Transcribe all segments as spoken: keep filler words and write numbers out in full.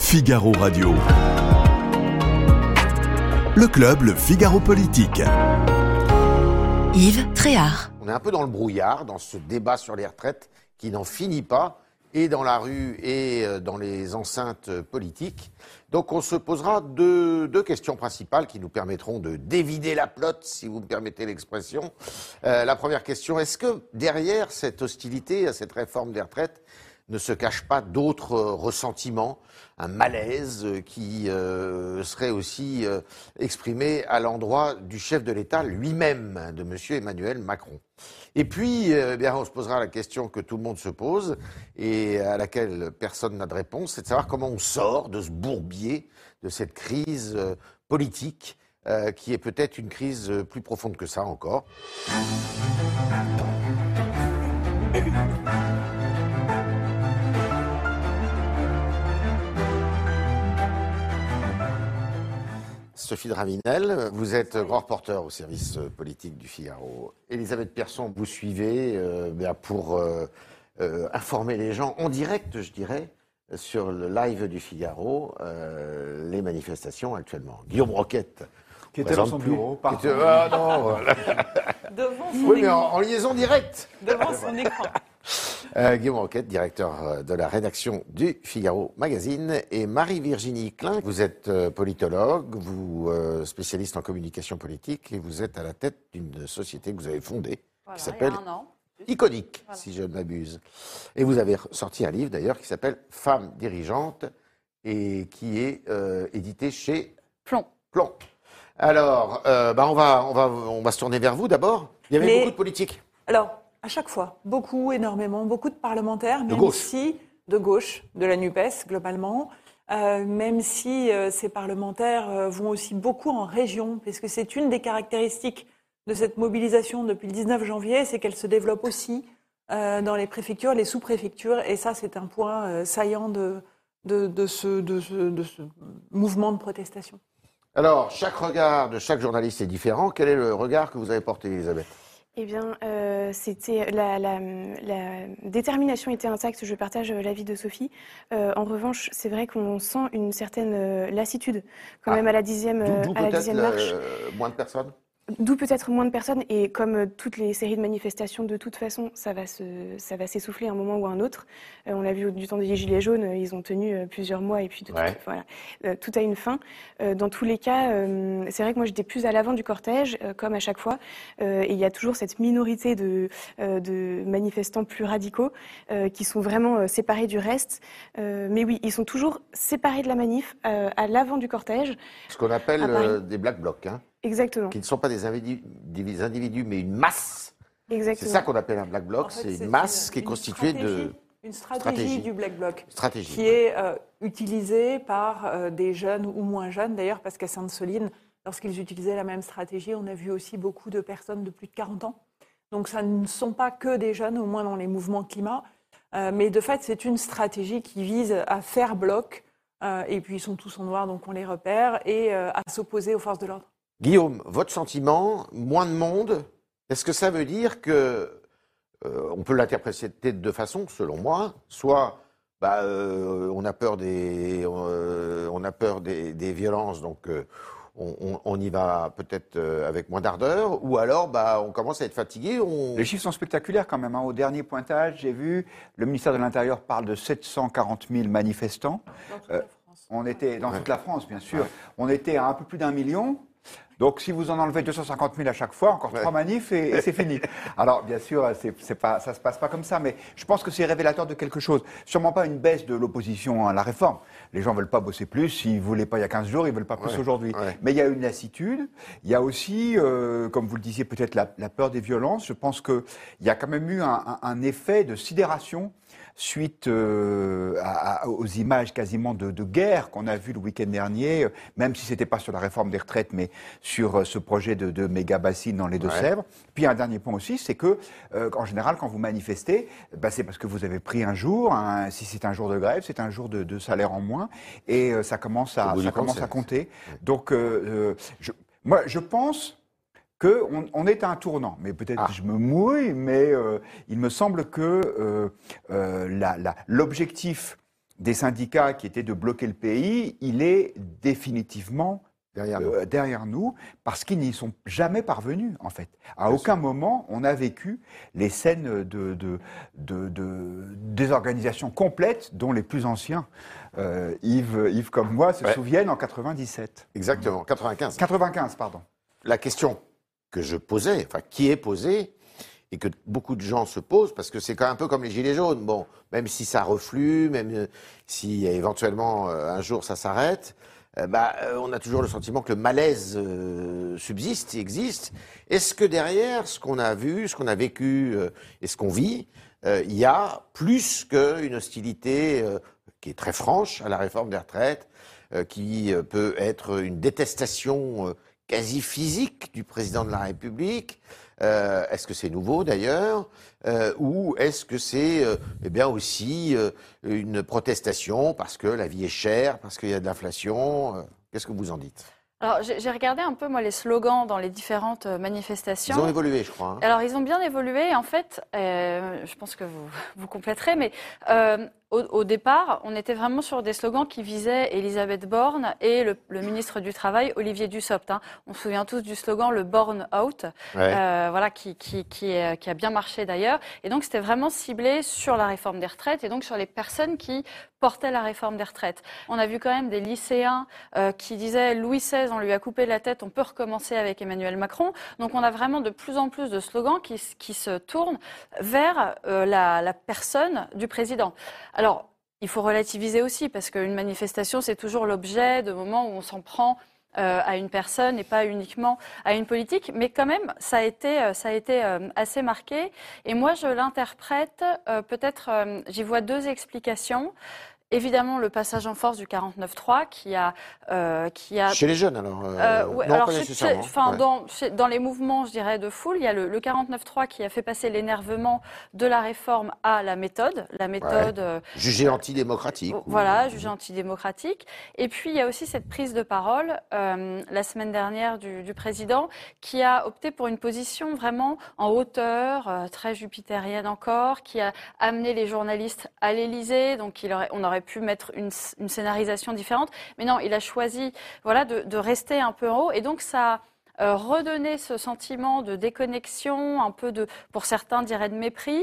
Figaro Radio. Le club, le Figaro Politique. Yves Tréhard. On est un peu dans le brouillard, dans ce débat sur les retraites qui n'en finit pas, et dans la rue et dans les enceintes politiques. Donc on se posera deux, deux questions principales qui nous permettront de dévider la plotte, si vous me permettez l'expression. Euh, la première question, est-ce que derrière cette hostilité à cette réforme des retraites ne se cache pas d'autres euh, ressentiments, un malaise euh, qui euh, serait aussi euh, exprimé à l'endroit du chef de l'État lui-même, de M. Emmanuel Macron. Et puis, euh, bien, on se posera la question que tout le monde se pose et à laquelle personne n'a de réponse, c'est de savoir comment on sort de ce bourbier, de cette crise euh, politique, euh, qui est peut-être une crise euh, plus profonde que ça encore. Sophie Draminel, vous êtes grand reporter au service politique du Figaro. Elisabeth Persson, vous suivez euh, bien pour euh, euh, informer les gens en direct, je dirais, sur le live du Figaro, euh, les manifestations actuellement. Guillaume Roquette. Qui était dans son bureau, par était... Ah non, voilà. Devant son Oui, écran. mais en, en liaison directe. Devant son écran. Euh, Guillaume Roquette, directeur de la rédaction du Figaro Magazine, et Marie-Virginie Klein, vous êtes euh, politologue, vous euh, spécialiste en communication politique, et vous êtes à la tête d'une société que vous avez fondée, Voilà, qui s'appelle il y a un an. Iconique, Voilà. si je ne m'abuse. Et vous avez sorti un livre d'ailleurs qui s'appelle Femmes dirigeantes et qui est euh, édité chez Plomb. Plomb. Alors, euh, bah on va, on va, on va se tourner vers vous d'abord. Il y avait Les... beaucoup de politiques. Alors, à chaque fois, beaucoup, énormément, beaucoup de parlementaires, De même gauche. si, de gauche, de la NUPES globalement, euh, même si euh, ces parlementaires euh, vont aussi beaucoup en région, parce que c'est une des caractéristiques de cette mobilisation depuis le dix-neuf janvier, c'est qu'elle se développe aussi euh, dans les préfectures, les sous-préfectures, et ça c'est un point euh, saillant de, de, de, ce, de, ce, de ce mouvement de protestation. Alors, chaque regard de chaque journaliste est différent. Quel est le regard que vous avez porté, Elisabeth ? Eh bien, euh, c'était la, la, la détermination était intacte. Je partage l'avis de Sophie. Euh, en revanche, c'est vrai qu'on sent une certaine euh, lassitude quand Ah. même à la dixième, D'où, d'où à la peut-être dixième le- marche. moins de personnes. D'où peut-être moins de personnes et comme euh, toutes les séries de manifestations, de toute façon, ça va se, ça va s'essouffler à un moment ou à un autre. Euh, on l'a vu du temps des Gilets jaunes, euh, ils ont tenu euh, plusieurs mois et puis de Ouais. toute, voilà, euh, tout a une fin. Euh, dans tous les cas, euh, c'est vrai que moi j'étais plus à l'avant du cortège, euh, comme à chaque fois, euh, et il y a toujours cette minorité de, euh, de manifestants plus radicaux euh, qui sont vraiment euh, séparés du reste. Euh, mais oui, ils sont toujours séparés de la manif euh, à l'avant du cortège. Ce qu'on appelle À Paris. euh, des black blocs, hein, Exactement. qui ne sont pas des individus, des individus mais une masse. C'est Exactement. ça qu'on appelle un black bloc, En fait, c'est c'est une masse une- qui est une constituée stratégie. de Une stratégie, Stratégie. du Black Bloc stratégies. qui est euh, utilisée par euh, des jeunes ou moins jeunes. D'ailleurs, parce qu'à Sainte-Soline, lorsqu'ils utilisaient la même stratégie, on a vu aussi beaucoup de personnes de plus de quarante ans. Donc, ça ne sont pas que des jeunes, au moins dans les mouvements climat. Euh, mais de fait, c'est une stratégie qui vise à faire bloc. Euh, et puis, ils sont tous en noir, donc on les repère, et euh, à s'opposer aux forces de l'ordre. Guillaume, votre sentiment, moins de monde, est-ce que ça veut dire que, euh, on peut l'interpréter de deux façons, selon moi, soit bah, euh, on a peur des, euh, on a peur des, des violences, donc euh, on, on- on y va peut-être euh, avec moins d'ardeur, ou alors bah, on commence à être fatigué. On... Les chiffres sont spectaculaires quand même, hein. Au dernier pointage, j'ai vu, le ministère de l'Intérieur parle de sept cent quarante mille manifestants. Dans toute Euh, la France. On était, dans Ouais. toute la France, bien sûr, Ouais. on était à un peu plus d'un million. Donc, si vous en enlevez deux cent cinquante mille à chaque fois, encore Ouais. trois manifs et, et c'est fini. Alors, bien sûr, c'est, c'est pas, ça se passe pas comme ça, mais je pense que c'est révélateur de quelque chose. Sûrement pas une baisse de l'opposition à la réforme. Les gens veulent pas bosser plus. S'ils voulaient pas il y a quinze jours, ils veulent pas plus Ouais. aujourd'hui. Ouais. Mais il y a une lassitude. Il y a aussi, euh, comme vous le disiez, peut-être la, la peur des violences. Je pense qu'il y a quand même eu un, un- un effet de sidération suite euh, à- à- aux images quasiment de, de guerre qu'on a vu le week-end dernier, euh, même si c'était pas sur la réforme des retraites, mais sur euh, ce projet de, de méga bassine dans les Deux-Sèvres. Puis un dernier point aussi, c'est que euh, en général, quand vous manifestez, bah, c'est parce que vous avez pris un jour. Un, si c'est un jour de grève, c'est un jour de, de salaire en moins, et euh, ça commence Au à bout ça du compte, commence c'est- à compter. Donc, euh, euh, je, moi, je pense qu'on on est à un tournant, mais peut-être Ah. je me mouille, mais euh, il me semble que euh, euh, la- la- l'objectif des syndicats qui étaient de bloquer le pays, il est définitivement Derrière nous. euh, derrière nous, parce qu'ils n'y sont jamais parvenus, en fait. À aucun moment, on a vécu les scènes de, de, de, de désorganisation complète dont les plus anciens, euh, Yves, Yves comme moi, se Ouais. souviennent en quatre-vingt-dix-sept. Exactement, quatre-vingt-quinze. quatre-vingt-quinze, pardon. La question que je posais, enfin qui est posée, et que beaucoup de gens se posent, parce que c'est quand même un peu comme les Gilets jaunes. Bon, même si ça reflue, même euh, si éventuellement euh, un jour ça s'arrête, euh, bah, euh, on a toujours le sentiment que le malaise euh, subsiste, existe. Est-ce que derrière ce qu'on a vu, ce qu'on a vécu euh, et ce qu'on vit, euh, il y a plus qu'une hostilité euh, qui est très franche à la réforme des retraites, euh, qui euh, peut être une détestation euh, quasi physique du président de la République? Euh, est-ce que c'est nouveau d'ailleurs, euh, ou est-ce que c'est euh, eh bien aussi euh, une protestation parce que la vie est chère, parce qu'il y a de l'inflation? euh, Qu'est-ce que vous en dites? Alors, j'ai j'ai regardé un peu, moi, les slogans dans les différentes euh, manifestations. Ils ont évolué, je crois. hein. Alors, ils ont bien évolué. En fait, euh, je pense que vous, vous compléterez, mais euh, au, au départ, on était vraiment sur des slogans qui visaient Elisabeth Borne et le, le ministre du Travail, Olivier Dussopt. Hein. On se souvient tous du slogan « le Borne out Ouais. euh, voilà, qui, qui, qui, est- qui a bien marché d'ailleurs. Et donc, c'était vraiment ciblé sur la réforme des retraites et donc sur les personnes qui portaient la réforme des retraites. On a vu quand même des lycéens euh, qui disaient « Louis seize, on lui a coupé la tête, on peut recommencer avec Emmanuel Macron ». Donc, on a vraiment de plus en plus de slogans qui, s- qui se tournent vers euh, la, la personne du président. Alors, il faut relativiser aussi, parce qu'une manifestation, c'est toujours l'objet de moments où on s'en prend euh, à une personne et pas uniquement à une politique. Mais quand même, ça a été, euh, ça a été euh, assez marqué. Et moi, je l'interprète, euh, peut-être, euh, j'y vois deux explications. Évidemment, le passage en force du quarante-neuf trois qui a, euh, qui a Chez les jeunes, alors euh, euh, ouais, non, alors, pas chez- nécessairement. chez- enfin, Ouais. dans, chez- dans les mouvements, je dirais, de foule, il y a le, le quarante-neuf trois qui a fait passer l'énervement de la réforme à la méthode. La méthode, euh, Jugé antidémocratique. ou- voilà, jugée antidémocratique. Et puis, il y a aussi cette prise de parole, euh, la semaine dernière, du, du président, qui a opté pour une position vraiment en hauteur, euh, très jupitérienne encore, qui a amené les journalistes à l'Élysée. Donc, il aurait, on aurait pu mettre une, une scénarisation différente. Mais non, il a choisi voilà, de, de rester un peu en haut. Et donc, ça a euh, redonné ce sentiment de déconnexion, un peu de, pour certains, dirais de mépris,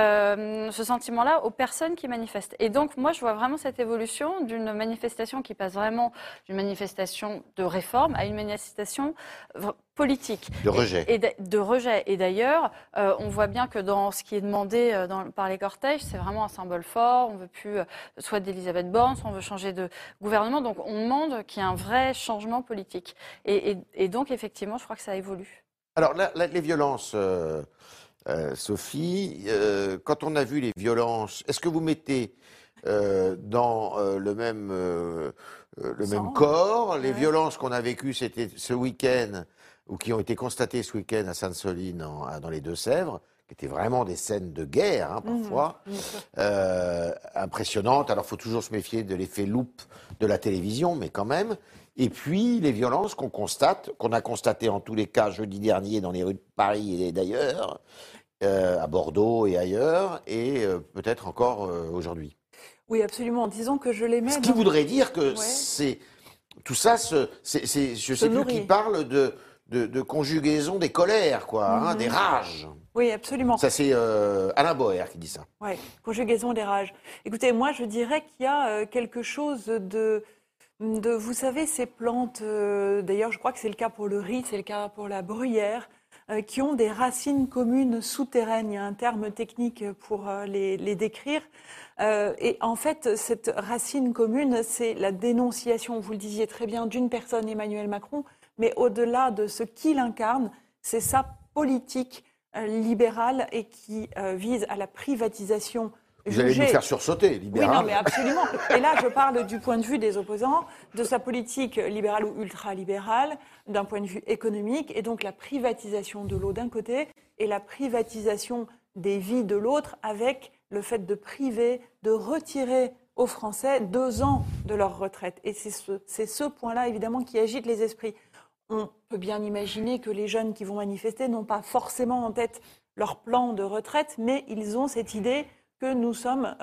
euh, ce sentiment-là aux personnes qui manifestent. Et donc, moi, je vois vraiment cette évolution d'une manifestation qui passe vraiment d'une manifestation de réforme à une manifestation v- politique. De rejet. Et, et de, de rejet. Et d'ailleurs, euh, on voit bien que dans ce qui est demandé euh, dans, par les cortèges, c'est vraiment un symbole fort. On veut plus euh, soit d'Elisabeth Borne, soit on veut changer de gouvernement. Donc, on demande qu'il y ait un vrai changement politique. Et, et, et donc, effectivement, je crois que ça évolue. Alors, là, là, les violences, euh, euh, Sophie, euh, quand on a vu les violences, est-ce que vous mettez euh, dans euh, le même, euh, euh, le Sang. même corps les Ouais. violences qu'on a vécues c'était ce week-end, ou qui ont été constatées ce week-end à Sainte-Soline, en- à- dans les Deux-Sèvres, qui étaient vraiment des scènes de guerre, hein, parfois, Bien sûr. euh, impressionnantes. Alors, il faut toujours se méfier de l'effet loupe de la télévision, mais quand même. Et puis, les violences qu'on constate, qu'on a constatées en tous les cas jeudi dernier dans les rues de Paris et d'ailleurs, euh, à Bordeaux et ailleurs, et euh, peut-être encore euh, aujourd'hui. Oui, absolument. Disons que je les mets Ce qui dans- voudrait dire que Ouais. c'est tout ça, se, c'est, c'est- je ne sais plus nourrit. qui parle de, de, de conjugaison des colères, quoi, hein, Mhm. des rages. Oui, absolument. Ça, c'est euh, Alain Boer qui dit ça. Oui, conjugaison des rages. Écoutez, moi, je dirais qu'il y a euh, quelque chose de, de, vous savez, ces plantes, euh, d'ailleurs, je crois que c'est le cas pour le riz, c'est le cas pour la bruyère, euh, qui ont des racines communes souterraines. Il y a un terme technique pour euh, les, les décrire. Euh, et en fait, cette racine commune, c'est la dénonciation, vous le disiez très bien, d'une personne, Emmanuel Macron, mais au-delà de ce qu'il incarne, c'est sa politique euh, libérale et qui euh, vise à la privatisation. Vous allez jugée- nous faire sursauter, Oui, libéral. non, mais absolument. Et là, je parle du point de vue des opposants, de sa politique libérale ou ultralibérale, d'un point de vue économique, et donc la privatisation de l'eau d'un côté et la privatisation des vies de l'autre, avec le fait de priver, de retirer aux Français deux ans de leur retraite. Et c'est ce, c'est ce point-là, évidemment, qui agite les esprits. On peut bien imaginer que les jeunes qui vont manifester n'ont pas forcément en tête leur plan de retraite, mais ils ont cette idée que nous sommes euh,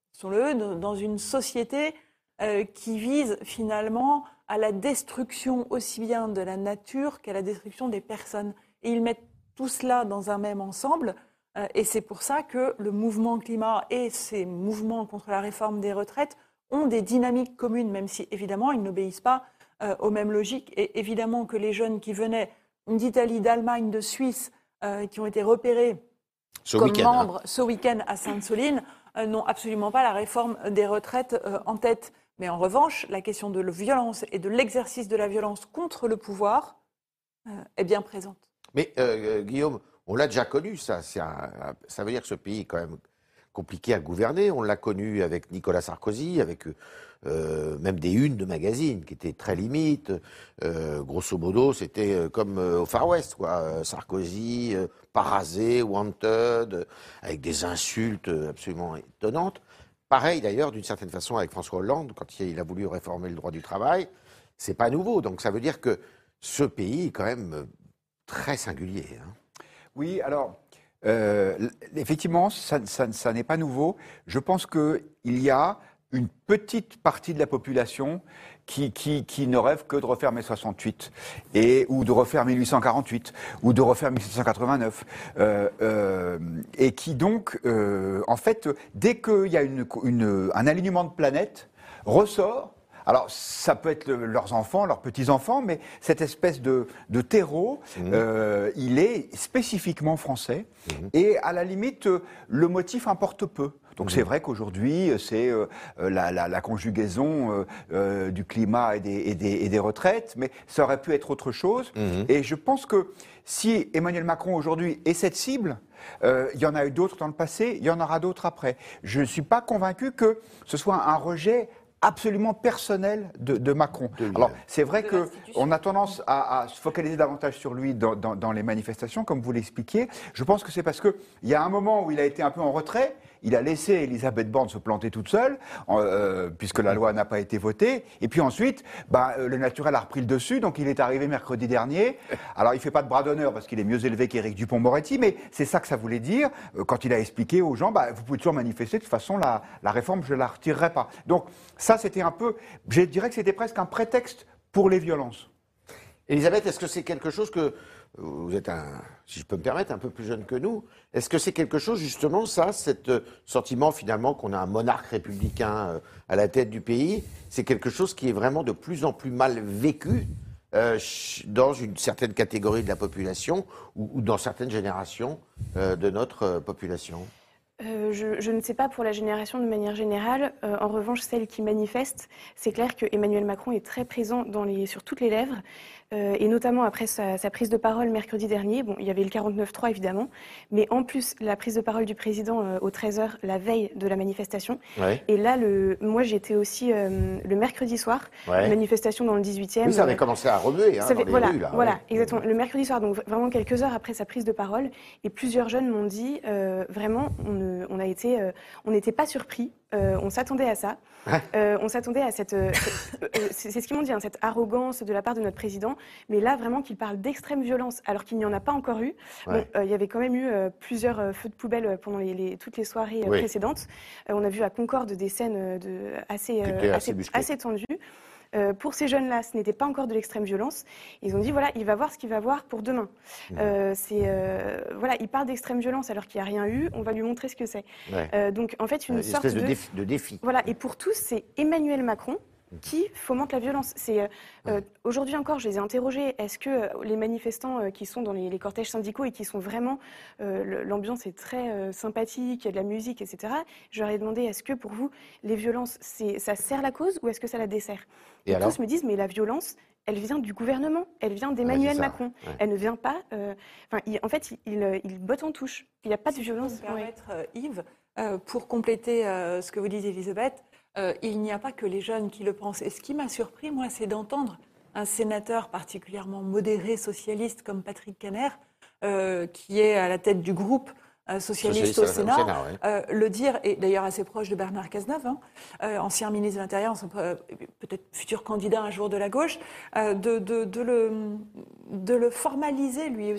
disons-le, dans une société euh, qui vise finalement à la destruction aussi bien de la nature qu'à la destruction des personnes. Et ils mettent tout cela dans un même ensemble. Euh, et c'est pour ça que le mouvement climat et ces mouvements contre la réforme des retraites ont des dynamiques communes, même si évidemment ils n'obéissent pas euh, aux mêmes logiques. Et évidemment que les jeunes qui venaient d'Italie, d'Allemagne, de Suisse, euh, qui ont été repérés Ce comme week-end, membres hein. ce week-end à Sainte-Soline euh, n'ont absolument pas la réforme des retraites euh, en tête. Mais en revanche, la question de la violence et de l'exercice de la violence contre le pouvoir euh, est bien présente. Mais euh, Guillaume, on l'a déjà connu, ça. C'est un- ça veut dire que ce pays est quand même compliqué à gouverner. On l'a connu avec Nicolas Sarkozy, avec euh, même des unes de magazines qui étaient très limites. Euh, grosso modo, c'était euh, comme euh, au Far West, quoi. Euh, Sarkozy, euh, parasé, wanted, euh, avec des insultes absolument étonnantes. Pareil d'ailleurs, d'une certaine façon, avec François Hollande, quand il a voulu réformer le droit du travail. C'est pas nouveau. Donc ça veut dire que ce pays est quand même euh, très singulier, hein. Oui, alors, euh, l- effectivement, ça, ça- ça n'est pas nouveau. Je pense qu'il y a une petite partie de la population qui, qui, qui ne rêve que de refaire mai soixante-huit, et, ou de refaire mille huit cent quarante-huit, ou de refaire mille sept cent quatre-vingt-neuf, euh, euh, et qui donc, euh, en fait, dès qu'il y a une, une- un alignement de planètes, ressort. Alors, ça peut être le- leurs enfants, leurs petits-enfants, mais cette espèce de, de terreau, Mmh. euh, il est spécifiquement français. Mmh. Et à la limite, euh, le motif importe peu. Donc Mmh. c'est vrai qu'aujourd'hui, c'est euh, euh, la, la- la conjugaison euh, euh, du climat et des, et des- et des retraites, mais ça aurait pu être autre chose. Mmh. Et je pense que si Emmanuel Macron aujourd'hui est cette cible, euh, il y en a eu d'autres dans le passé, il y en aura d'autres après. Je ne suis pas convaincu que ce soit un rejet absolument personnel de, de Macron. De lui-même. Alors, c'est vrai De que l'institution. on a tendance à, à se focaliser davantage sur lui dans, dans- dans les manifestations, comme vous l'expliquiez. Je pense que c'est parce qu'il y a un moment où il a été un peu en retrait. Il a laissé Elisabeth Borne se planter toute seule, en- euh, puisque la loi n'a pas été votée. Et puis ensuite, bah, euh, le naturel a repris le dessus, donc il est arrivé mercredi dernier. Alors, il ne fait pas de bras d'honneur parce qu'il est mieux élevé qu'Éric Dupond-Moretti, mais c'est ça que ça voulait dire euh, quand il a expliqué aux gens, bah, vous pouvez toujours manifester, de toute façon, la, la réforme, je ne la retirerai pas. Donc, ça, c'était un peu, je dirais que c'était presque un prétexte pour les violences. Elisabeth, est-ce que c'est quelque chose que, vous êtes, un, si je peux me permettre, un peu plus jeune que nous, est-ce que c'est quelque chose, justement, ça, cet euh, sentiment, finalement, qu'on a un monarque républicain euh, à la tête du pays, c'est quelque chose qui est vraiment de plus en plus mal vécu euh, ch- dans une certaine catégorie de la population ou, ou dans certaines générations euh, de notre euh, population? Euh, je, je ne sais pas pour la génération de manière générale. Euh, en revanche, celle qui manifeste, c'est clair que Emmanuel Macron est très présent dans les, sur toutes les lèvres, euh, et notamment après sa, sa prise de parole mercredi dernier. Bon, il y avait le quarante-neuf trois évidemment, mais en plus la prise de parole du président euh, aux treize heures, la veille de la manifestation. Ouais. Et là, le, moi j'étais aussi euh, le mercredi soir, Ouais. manifestation dans le dix-huitième. Oui, ça avait euh, commencé à remuer hein, Ça dans fait- les voilà, rues, là. voilà, ouais. exactement. Le mercredi soir, donc vraiment quelques heures après sa prise de parole, et plusieurs jeunes m'ont dit, euh, vraiment, on, ne- on a été, euh, on n'était pas surpris, euh, on s'attendait à ça, Ouais. Euh, on s'attendait à cette, euh, cette- euh, c'est c'est ce qu'ils m'ont dit, hein, cette arrogance de la part de notre président, mais là vraiment qu'il parle d'extrême violence, alors qu'il n'y en a pas encore eu. Bon, Ouais. euh, il y avait quand même eu euh, plusieurs euh, feux de poubelle euh, pendant les, les- toutes les soirées euh, Oui. précédentes. Euh, on a vu à Concorde des scènes euh, de, assez, Qui euh, étaient assez assez, musclées. assez tendues. Euh, pour ces jeunes-là, ce n'était pas encore de l'extrême violence. Ils ont dit voilà, il va voir ce qu'il va voir pour demain. Mmh. Euh, c'est euh, voilà, il parle d'extrême violence alors qu'il n'y a rien eu. On va lui montrer ce que c'est. Ouais. Euh, donc en fait, une, Une sorte espèce de de défi. De défi. voilà. Et pour tous, c'est Emmanuel Macron qui fomente la violence. C'est euh, euh, aujourd'hui encore, je les ai interrogés. Est-ce que euh, les manifestants euh, qui sont dans les, les cortèges syndicaux et qui sont vraiment, euh, le- l'ambiance est très euh, sympathique, il y a de la musique, et cetera. Je leur ai demandé est-ce que pour vous les violences, c'est, ça sert la cause ou est-ce que ça la dessert? Et Et alors tous me disent mais la violence, elle vient du gouvernement, elle vient d'Emmanuel c'est ça, Macron. ouais. Elle ne vient pas. euh, Enfin, il- en fait, il, il, il botte en touche. Il n'y a pas de Si je peux violence. me Ouais. permettre, euh, Yves, euh, pour compléter euh, ce que vous dites, Elisabeth, euh, il n'y a pas que les jeunes qui le pensent. Et ce qui m'a surpris, moi, c'est d'entendre un sénateur particulièrement modéré, socialiste, comme Patrick Kanner, euh, qui est à la tête du groupe euh, socialiste, Socialiste au au Sénat, Sénat, ouais. euh, le dire, et d'ailleurs assez proche de Bernard Cazeneuve, hein, euh, ancien ministre de l'Intérieur, euh, peut-être futur candidat un jour de la gauche, euh, de, de, de, le, de le formaliser lui aussi.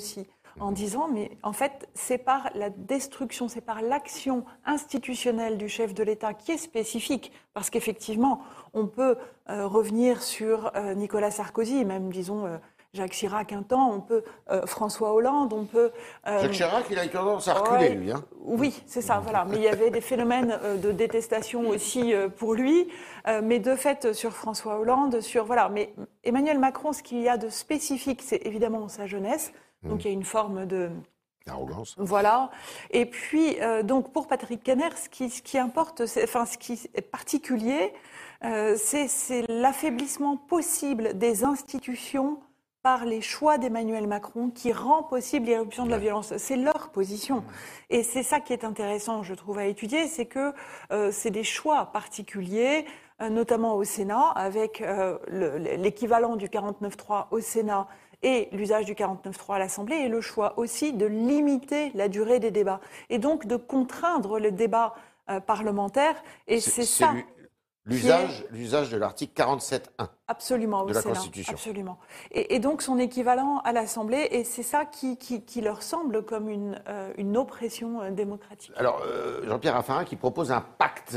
en disant, mais en fait, c'est par la destruction, c'est par l'action institutionnelle du chef de l'État qui est spécifique, parce qu'effectivement, on peut euh, revenir sur euh, Nicolas Sarkozy, même, disons, euh, Jacques Chirac un temps, on peut euh, François Hollande, on peut... Euh, Jacques Chirac, il a eu tendance à reculer, ouais, lui. Hein. Oui, c'est ça, voilà. Mais il y avait des phénomènes euh, de détestation aussi euh, pour lui. Euh, mais de fait, sur François Hollande, sur... Voilà. Mais Emmanuel Macron, ce qu'il y a de spécifique, c'est évidemment sa jeunesse. Donc mmh. il y a une forme de... Arrogance. Voilà. Et puis, euh, donc pour Patrick Kanner, ce qui, ce qui importe, c'est, enfin, ce qui est particulier, euh, c'est, c'est l'affaiblissement possible des institutions par les choix d'Emmanuel Macron qui rend possible l'éruption de la violence. C'est leur position. Et c'est ça qui est intéressant, je trouve, à étudier, c'est que euh, c'est des choix particuliers, euh, notamment au Sénat, avec euh, le, l'équivalent du quarante-neuf trois au Sénat et l'usage du quarante-neuf trois à l'Assemblée, et le choix aussi de limiter la durée des débats, et donc de contraindre le débat euh, parlementaire. Et c'est, c'est, c'est ça... Lui. L'usage, est... l'usage de l'article quarante-sept un absolument, de au la Sénat, Constitution. Absolument. Et, et donc son équivalent à l'Assemblée, et c'est ça qui, qui, qui leur semble comme une, euh, une oppression euh, démocratique. Alors, euh, Jean-Pierre Raffarin qui propose un pacte.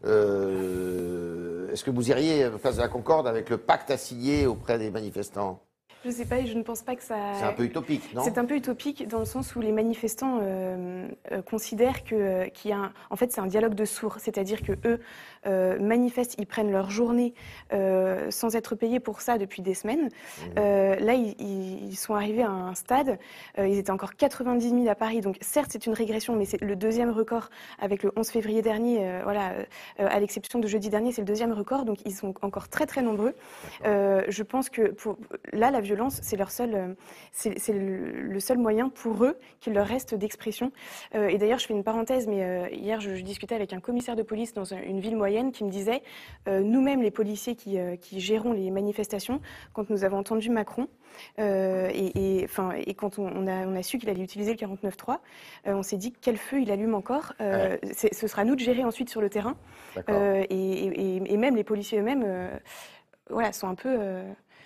Euh, est-ce que vous iriez face à la Concorde avec le pacte à signer auprès des manifestants ? Je ne sais pas, et je ne pense pas que ça... C'est un peu utopique, non ? C'est un peu utopique dans le sens où les manifestants euh, euh, considèrent que, euh, qu'il y a un... En fait, c'est un dialogue de sourds, c'est-à-dire que eux euh, manifestent, ils prennent leur journée euh, sans être payés pour ça depuis des semaines. Mmh. Euh, là, ils, ils sont arrivés à un stade, euh, ils étaient encore quatre-vingt-dix mille à Paris, donc certes, c'est une régression, mais c'est le deuxième record avec le onze février dernier, euh, voilà, euh, à l'exception de jeudi dernier, c'est le deuxième record, donc ils sont encore très très nombreux. Euh, je pense que pour... là, la violence, c'est leur seul, c'est, c'est le, le seul moyen pour eux qu'il leur reste d'expression. Euh, et d'ailleurs, je fais une parenthèse, mais euh, hier, je, je discutais avec un commissaire de police dans une ville moyenne qui me disait, euh, nous-mêmes, les policiers qui, euh, qui gérons les manifestations, quand nous avons entendu Macron, euh, et, et, enfin, et quand on, on, a, on a su qu'il allait utiliser le quarante-neuf trois, euh, on s'est dit quel feu il allume encore. Euh, ouais. c'est, ce sera à nous de gérer ensuite sur le terrain. Euh, et, et, et même les policiers eux-mêmes, euh, voilà, sont un peu... Euh,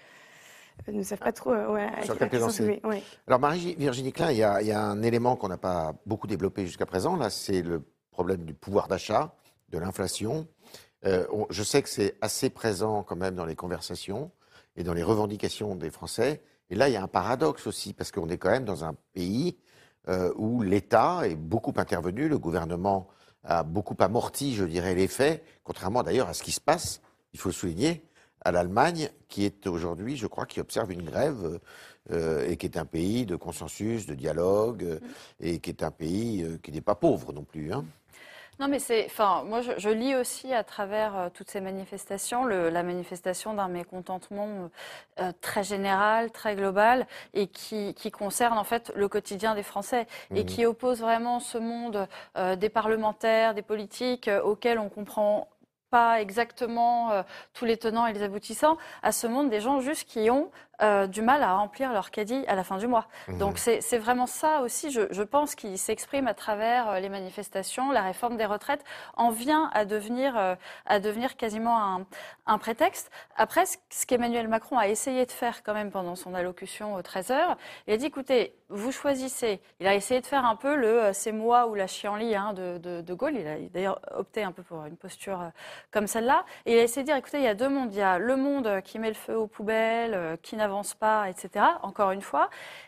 ne savent pas trop euh, ouais, sur quel pied danser. Ouais. Alors Marie-Virginie Klein, il y, a, il y a un élément qu'on n'a pas beaucoup développé jusqu'à présent, là, c'est le problème du pouvoir d'achat, de l'inflation. Euh, on, je sais que c'est assez présent quand même dans les conversations et dans les revendications des Français. Et là, il y a un paradoxe aussi, parce qu'on est quand même dans un pays euh, où l'État est beaucoup intervenu, le gouvernement a beaucoup amorti, je dirais, les faits, contrairement d'ailleurs à ce qui se passe, il faut le souligner, à l'Allemagne, qui est aujourd'hui, je crois, qui observe une grève euh, et qui est un pays de consensus, de dialogue, euh, et qui est un pays euh, qui n'est pas pauvre non plus. Hein. Non, mais c'est, enfin, moi, je, je lis aussi à travers euh, toutes ces manifestations le, la manifestation d'un mécontentement euh, très général, très global, et qui, qui concerne en fait le quotidien des Français, mmh. et qui oppose vraiment ce monde euh, des parlementaires, des politiques, euh, auxquels on comprend pas exactement euh, tous les tenants et les aboutissants, à ce monde des gens juste qui ont euh, du mal à remplir leur caddie à la fin du mois. Mmh. Donc c'est, c'est vraiment ça aussi, je, je pense, qui s'exprime à travers euh, les manifestations. La réforme des retraites en vient à devenir, euh, à devenir quasiment un, un prétexte. Après, ce, ce qu'Emmanuel Macron a essayé de faire quand même pendant son allocution aux treize heures, il a dit, écoutez, vous choisissez. Il a essayé de faire un peu le euh, c'est moi ou la chienlit hein, de, de, de Gaulle. Il a d'ailleurs opté un peu pour une posture euh, comme celle-là. Et il a essayé de dire, écoutez, il y a deux mondes. Il y a le monde qui met le feu aux poubelles, euh, qui n'avance pas, et cetera, encore une fois,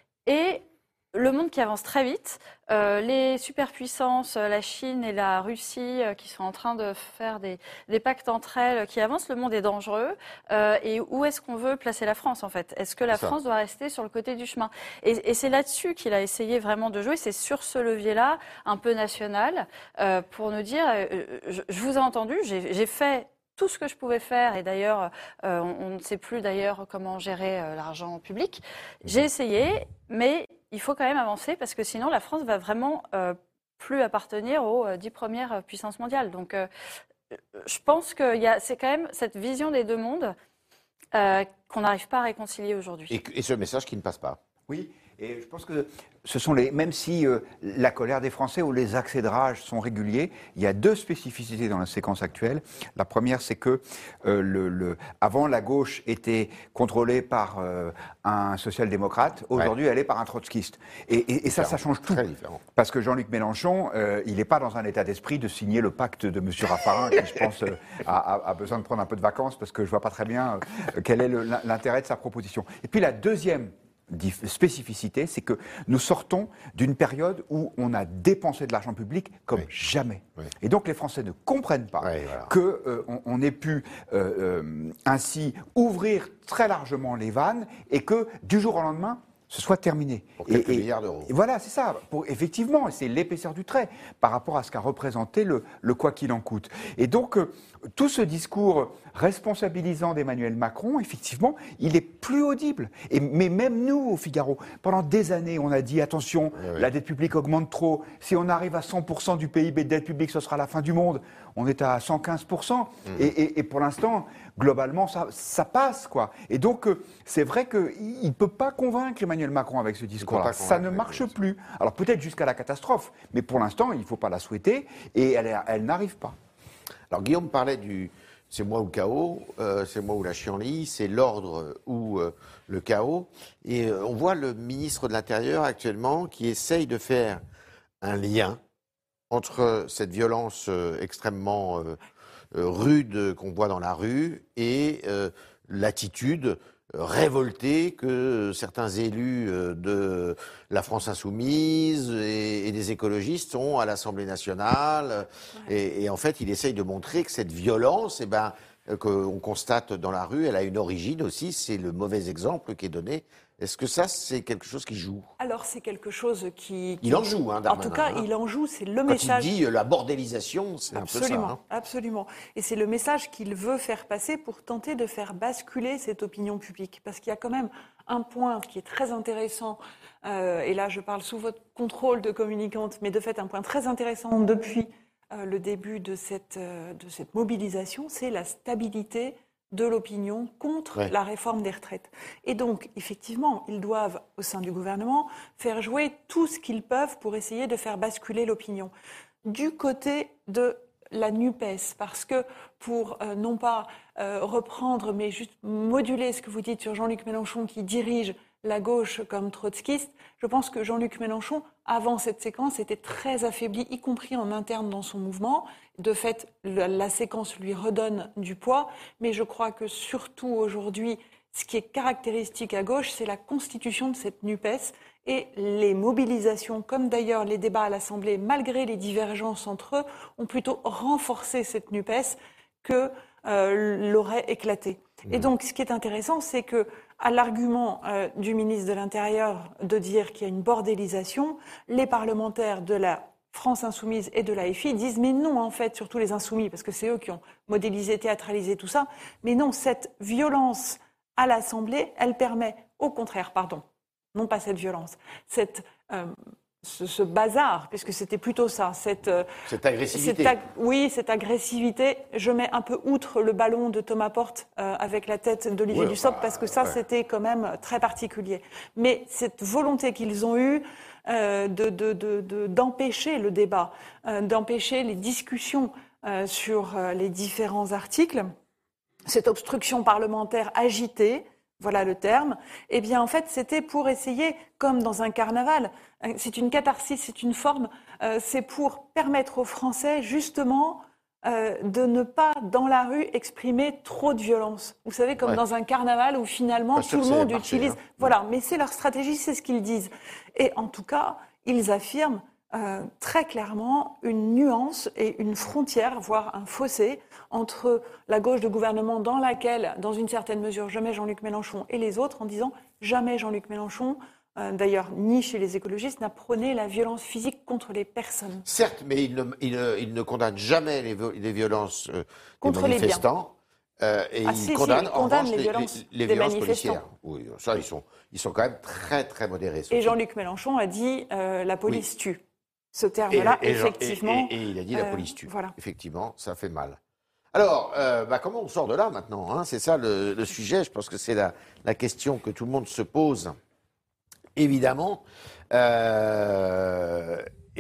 et le monde qui avance très vite, euh, les superpuissances, la Chine et la Russie euh, qui sont en train de faire des, des pactes entre elles qui avancent, le monde est dangereux. Euh, et où est-ce qu'on veut placer la France en fait ? Est-ce que la France doit rester sur le côté du chemin ? et, et c'est là-dessus qu'il a essayé vraiment de jouer, c'est sur ce levier-là, un peu national, euh, pour nous dire, euh, je, je vous ai entendu, j'ai, j'ai fait tout ce que je pouvais faire, et d'ailleurs, euh, on, on ne sait plus d'ailleurs comment gérer euh, l'argent public. J'ai essayé, mais il faut quand même avancer parce que sinon la France va vraiment euh, plus appartenir aux euh, dix premières puissances mondiales. Donc, euh, je pense que y a, c'est quand même cette vision des deux mondes euh, qu'on n'arrive pas à réconcilier aujourd'hui. Et, et ce message qui ne passe pas. Oui. Et je pense que ce sont les, même si euh, la colère des Français ou les accès de rage sont réguliers, il y a deux spécificités dans la séquence actuelle. La première, c'est que euh, le, le, avant, la gauche était contrôlée par euh, un social-démocrate. Aujourd'hui, ouais. elle est par un trotskiste. Et, et, et ça, ça change tout. Très différent. Parce que Jean-Luc Mélenchon, euh, il n'est pas dans un état d'esprit de signer le pacte de M. Raffarin, qui, je pense, euh, a, a besoin de prendre un peu de vacances, parce que je ne vois pas très bien euh, quel est le, l'intérêt de sa proposition. Et puis la deuxième spécificité, c'est que nous sortons d'une période où on a dépensé de l'argent public comme oui. jamais. Oui. Et donc les Français ne comprennent pas oui, voilà. qu'on euh, on ait pu euh, euh, ainsi ouvrir très largement les vannes et que du jour au lendemain, ce soit terminé. Pour quelques et, et, milliards d'euros. Et voilà, c'est ça. Pour, effectivement, c'est l'épaisseur du trait par rapport à ce qu'a représenté le, le quoi qu'il en coûte. Et donc, euh, tout ce discours responsabilisant d'Emmanuel Macron, effectivement, il est plus audible. Et, mais même nous, au Figaro, pendant des années, on a dit, attention, oui, oui. la dette publique augmente trop. Si on arrive à cent pour cent du P I B de dette publique, ce sera la fin du monde. On est à cent quinze pour cent. Mmh. Et, et, et pour l'instant, globalement, ça, ça passe, quoi. Et donc, euh, c'est vrai qu'il ne peut pas convaincre Emmanuel Macron avec ce discours-là. Ça ne marche plus. Alors peut-être jusqu'à la catastrophe, mais pour l'instant, il ne faut pas la souhaiter et elle, elle n'arrive pas. Alors Guillaume parlait du c'est moi ou le chaos, euh, c'est moi ou la chienlit, c'est l'ordre ou euh, le chaos. Et euh, on voit le ministre de l'Intérieur actuellement qui essaye de faire un lien entre cette violence euh, extrêmement euh, euh, rude qu'on voit dans la rue et euh, l'attitude révoltés que certains élus de la France insoumise et, et des écologistes ont à l'Assemblée nationale. Ouais. Et, et en fait, il essaye de montrer que cette violence, eh ben, qu'on constate dans la rue, elle a une origine aussi. C'est le mauvais exemple qui est donné. Est-ce que ça, c'est quelque chose qui joue ? Alors, c'est quelque chose qui... qui... Il en joue, hein, Darmanin. En tout cas, hein. il en joue, c'est le Quand message... Quand il dit la bordélisation, c'est absolument, un peu ça. Hein. Absolument. Et c'est le message qu'il veut faire passer pour tenter de faire basculer cette opinion publique. Parce qu'il y a quand même un point qui est très intéressant, euh, et là, je parle sous votre contrôle de communicante, mais de fait, un point très intéressant depuis euh, le début de cette, euh, de cette mobilisation, c'est la stabilité de l'opinion contre ouais. la réforme des retraites. Et donc, effectivement, ils doivent, au sein du gouvernement, faire jouer tout ce qu'ils peuvent pour essayer de faire basculer l'opinion. Du côté de la NUPES, parce que pour euh, non pas euh, reprendre, mais juste moduler ce que vous dites sur Jean-Luc Mélenchon qui dirige la gauche comme trotskiste, je pense que Jean-Luc Mélenchon, avant cette séquence, était très affaibli, y compris en interne dans son mouvement. De fait, la, la séquence lui redonne du poids, mais je crois que surtout aujourd'hui, ce qui est caractéristique à gauche, c'est la constitution de cette NUPES et les mobilisations, comme d'ailleurs les débats à l'Assemblée, malgré les divergences entre eux, ont plutôt renforcé cette NUPES que euh, l'aurait éclaté. Mmh. Et donc, ce qui est intéressant, c'est que à l'argument euh, du ministre de l'Intérieur de dire qu'il y a une bordélisation, les parlementaires de la France Insoumise et de l'A F I disent mais non, en fait, surtout les Insoumis, parce que c'est eux qui ont modélisé, théâtralisé tout ça, mais non, cette violence à l'Assemblée, elle permet, au contraire, pardon, non pas cette violence, cette... Euh, Ce, ce bazar, puisque c'était plutôt ça, cette, cette agressivité. Cette ag- oui, cette agressivité. Je mets un peu outre le ballon de Thomas Porte euh, avec la tête d'Olivier ouais, Dussopt, bah, parce que ça, ouais. c'était quand même très particulier. Mais cette volonté qu'ils ont eue euh, de, de, de, de, d'empêcher le débat, euh, d'empêcher les discussions euh, sur euh, les différents articles, cette obstruction parlementaire agitée, voilà le terme, eh bien en fait c'était pour essayer, comme dans un carnaval, c'est une catharsis, c'est une forme, euh, c'est pour permettre aux Français justement euh, de ne pas dans la rue exprimer trop de violence. Vous savez, comme ouais. dans un carnaval où finalement tout le monde marché, utilise... Hein. Voilà, ouais. mais c'est leur stratégie, c'est ce qu'ils disent. Et en tout cas, ils affirment Euh, très clairement une nuance et une frontière, voire un fossé entre la gauche de gouvernement dans laquelle, dans une certaine mesure, je mets Jean-Luc Mélenchon et les autres en disant jamais Jean-Luc Mélenchon, euh, d'ailleurs ni chez les écologistes, n'a prôné la violence physique contre les personnes. Certes, mais il ne, il ne, il ne condamne jamais les, les violences euh, contre des manifestants. Les biens. Euh, et ah, il si, condamne si, il en condamne revanche les violences, les, les, les violences policières. Oui, ça, ils sont, ils sont quand même très, très modérés. Et Jean-Luc Mélenchon a dit euh, la police oui. tue. Ce terme-là, et, et, effectivement... Et, et, et il a dit euh, la police tue. Voilà. Effectivement, ça fait mal. Alors, euh, bah, comment on sort de là maintenant hein? C'est ça le, le sujet, je pense que c'est la, la question que tout le monde se pose. évidemment. Euh,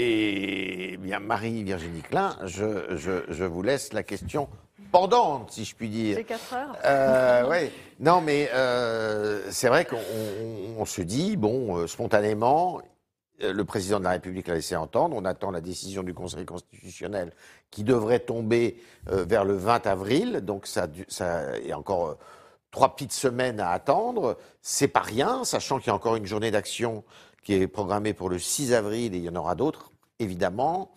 et bien, Marie-Virginie Klein, je, je, je vous laisse la question pendante, si je puis dire. C'est quatre heures. Euh, ouais. Non, mais euh, c'est vrai qu'on on, on se dit, bon, euh, spontanément, euh, le président de la République l'a laissé entendre. On attend la décision du Conseil constitutionnel qui devrait tomber euh, vers le vingt avril. Donc, ça, ça il y a encore euh, trois petites semaines à attendre. C'est pas rien, sachant qu'il y a encore une journée d'action qui est programmée pour le six avril et il y en aura d'autres, évidemment.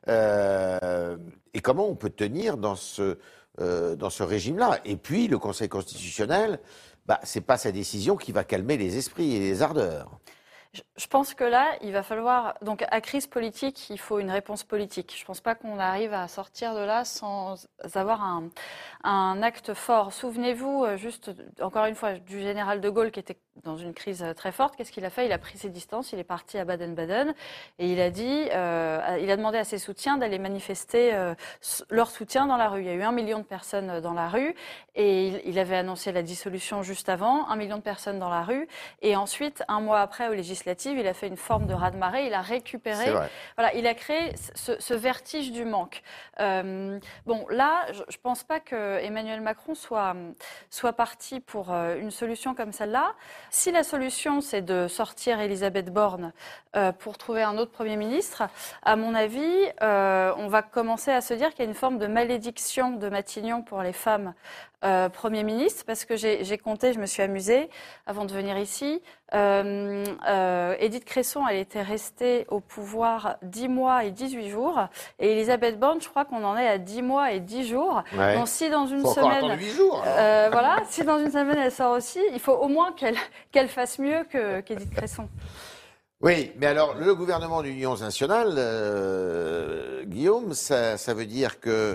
Euh, et comment on peut tenir dans ce Euh, dans ce régime-là. Et puis, le Conseil constitutionnel, bah, c'est pas sa décision qui va calmer les esprits et les ardeurs. Je pense que là, il va falloir, donc à crise politique, il faut une réponse politique. Je ne pense pas qu'on arrive à sortir de là sans avoir un, un acte fort. Souvenez-vous, juste encore une fois, du général de Gaulle qui était dans une crise très forte. Qu'est-ce qu'il a fait? Il a pris ses distances, il est parti à Baden-Baden et il a dit, euh, il a demandé à ses soutiens d'aller manifester euh, leur soutien dans la rue. Il y a eu un million de personnes dans la rue et il, il avait annoncé la dissolution juste avant, un million de personnes dans la rue. Et ensuite, un mois après, aux législatives, il a fait une forme de raz-de-marée, il a récupéré, voilà, il a créé ce, ce vertige du manque. Euh, bon, là, je ne pense pas que Emmanuel Macron soit, soit parti pour euh, une solution comme celle-là. Si la solution, c'est de sortir Elisabeth Borne euh, pour trouver un autre Premier ministre, à mon avis, euh, on va commencer à se dire qu'il y a une forme de malédiction de Matignon pour les femmes euh, Premier ministre, parce que j'ai, j'ai compté, je me suis amusée avant de venir ici. Euh, euh, Édith Cresson, elle était restée au pouvoir dix mois et dix-huit jours. Et Elisabeth Borne, je crois qu'on en est à dix mois et dix jours. Ouais. Donc si dans une Faut semaine, encore attendre huit jours, euh, voilà, si dans une semaine elle sort aussi, il faut au moins qu'elle qu'elle fasse mieux que, qu'Édith Cresson. Oui, mais alors le gouvernement d'union nationale, euh, Guillaume, ça, ça veut dire que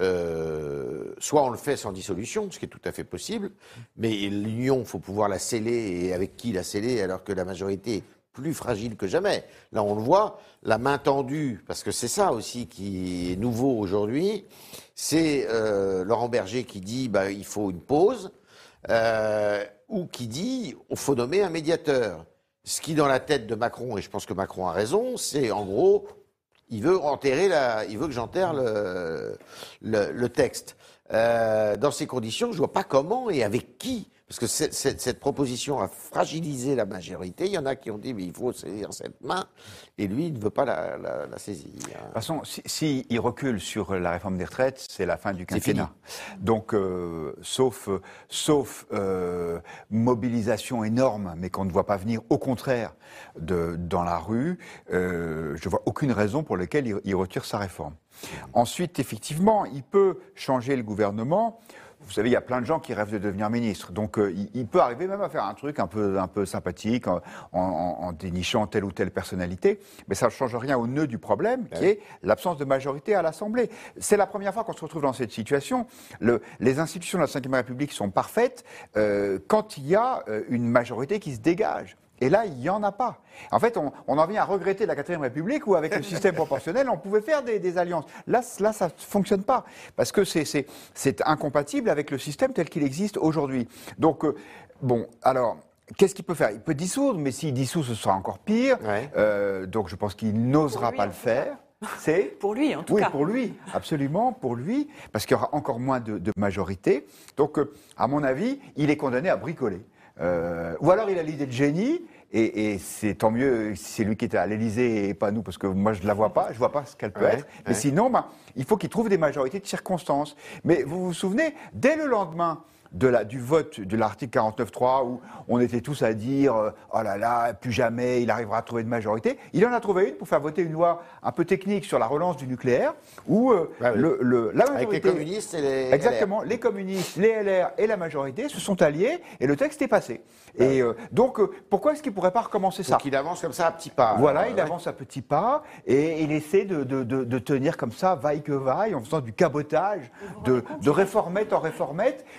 euh, soit on le fait sans dissolution, ce qui est tout à fait possible, mais l'union, il faut pouvoir la sceller, et avec qui la sceller alors que la majorité est plus fragile que jamais. Là, on le voit, la main tendue, parce que c'est ça aussi qui est nouveau aujourd'hui, c'est euh, Laurent Berger qui dit bah, il faut une pause, euh, ou qui dit il faut nommer un médiateur. Ce qui, dans la tête de Macron, et je pense que Macron a raison, c'est en gros, il veut enterrer la, il veut que j'enterre le, le, le texte. Euh, dans ces conditions, je vois pas comment et avec qui. Parce que cette, cette, cette proposition a fragilisé la majorité. Il y en a qui ont dit mais il faut saisir cette main, et lui il ne veut pas la, la, la saisir. De toute façon, si, si il recule sur la réforme des retraites, c'est la fin du quinquennat. Donc, euh, sauf, euh, sauf euh, mobilisation énorme, mais qu'on ne voit pas venir, au contraire, de, dans la rue, euh, je vois aucune raison pour laquelle il, il retire sa réforme. Ensuite, effectivement, il peut changer le gouvernement. Vous savez, il y a plein de gens qui rêvent de devenir ministre. Donc, euh, il, il peut arriver même à faire un truc un peu, un peu sympathique en, en, en dénichant telle ou telle personnalité. Mais ça ne change rien au nœud du problème, qui est l'absence de majorité à l'Assemblée. C'est la première fois qu'on se retrouve dans cette situation. Le, les institutions de la cinquième République sont parfaites euh, quand il y a euh, une majorité qui se dégage. Et là, il n'y en a pas. En fait, on, on en vient à regretter la quatrième République où, avec le système proportionnel, on pouvait faire des, des alliances. Là, là ça ne fonctionne pas, parce que c'est, c'est, c'est incompatible avec le système tel qu'il existe aujourd'hui. Donc, euh, bon, alors... Qu'est-ce qu'il peut faire? Il peut dissoudre, mais s'il dissout, ce sera encore pire. Ouais. Euh, donc, je pense qu'il n'osera pas le faire. C'est pour lui, en tout oui, cas. Oui, pour lui, absolument, pour lui, parce qu'il y aura encore moins de, de majorité. Donc, euh, à mon avis, il est condamné à bricoler. Euh, ou alors il a l'idée de génie, et, et c'est tant mieux si c'est lui qui était à l'Élysée et pas nous, parce que moi je ne la vois pas, je ne vois pas ce qu'elle peut ouais, être. Ouais. Mais sinon, ben, il faut qu'il trouve des majorités de circonstances. Mais vous vous souvenez, dès le lendemain de la, du vote de l'article quarante-neuf trois, où on était tous à dire euh, « Oh là là, plus jamais il arrivera à trouver de majorité », il en a trouvé une pour faire voter une loi un peu technique sur la relance du nucléaire, où euh, bah oui. le, le, la majorité... Avec les communistes et les Exactement, L R. les communistes, les L R et la majorité se sont alliés, et le texte est passé. Bah et euh, donc, euh, pourquoi est-ce qu'il ne pourrait pas recommencer ça? Donc il avance comme ça à petits pas. Voilà, alors, il ouais. avance à petits pas, et il essaie de, de, de, de tenir comme ça, vaille que vaille, en faisant du cabotage, de, de réformette en réformette. Je suis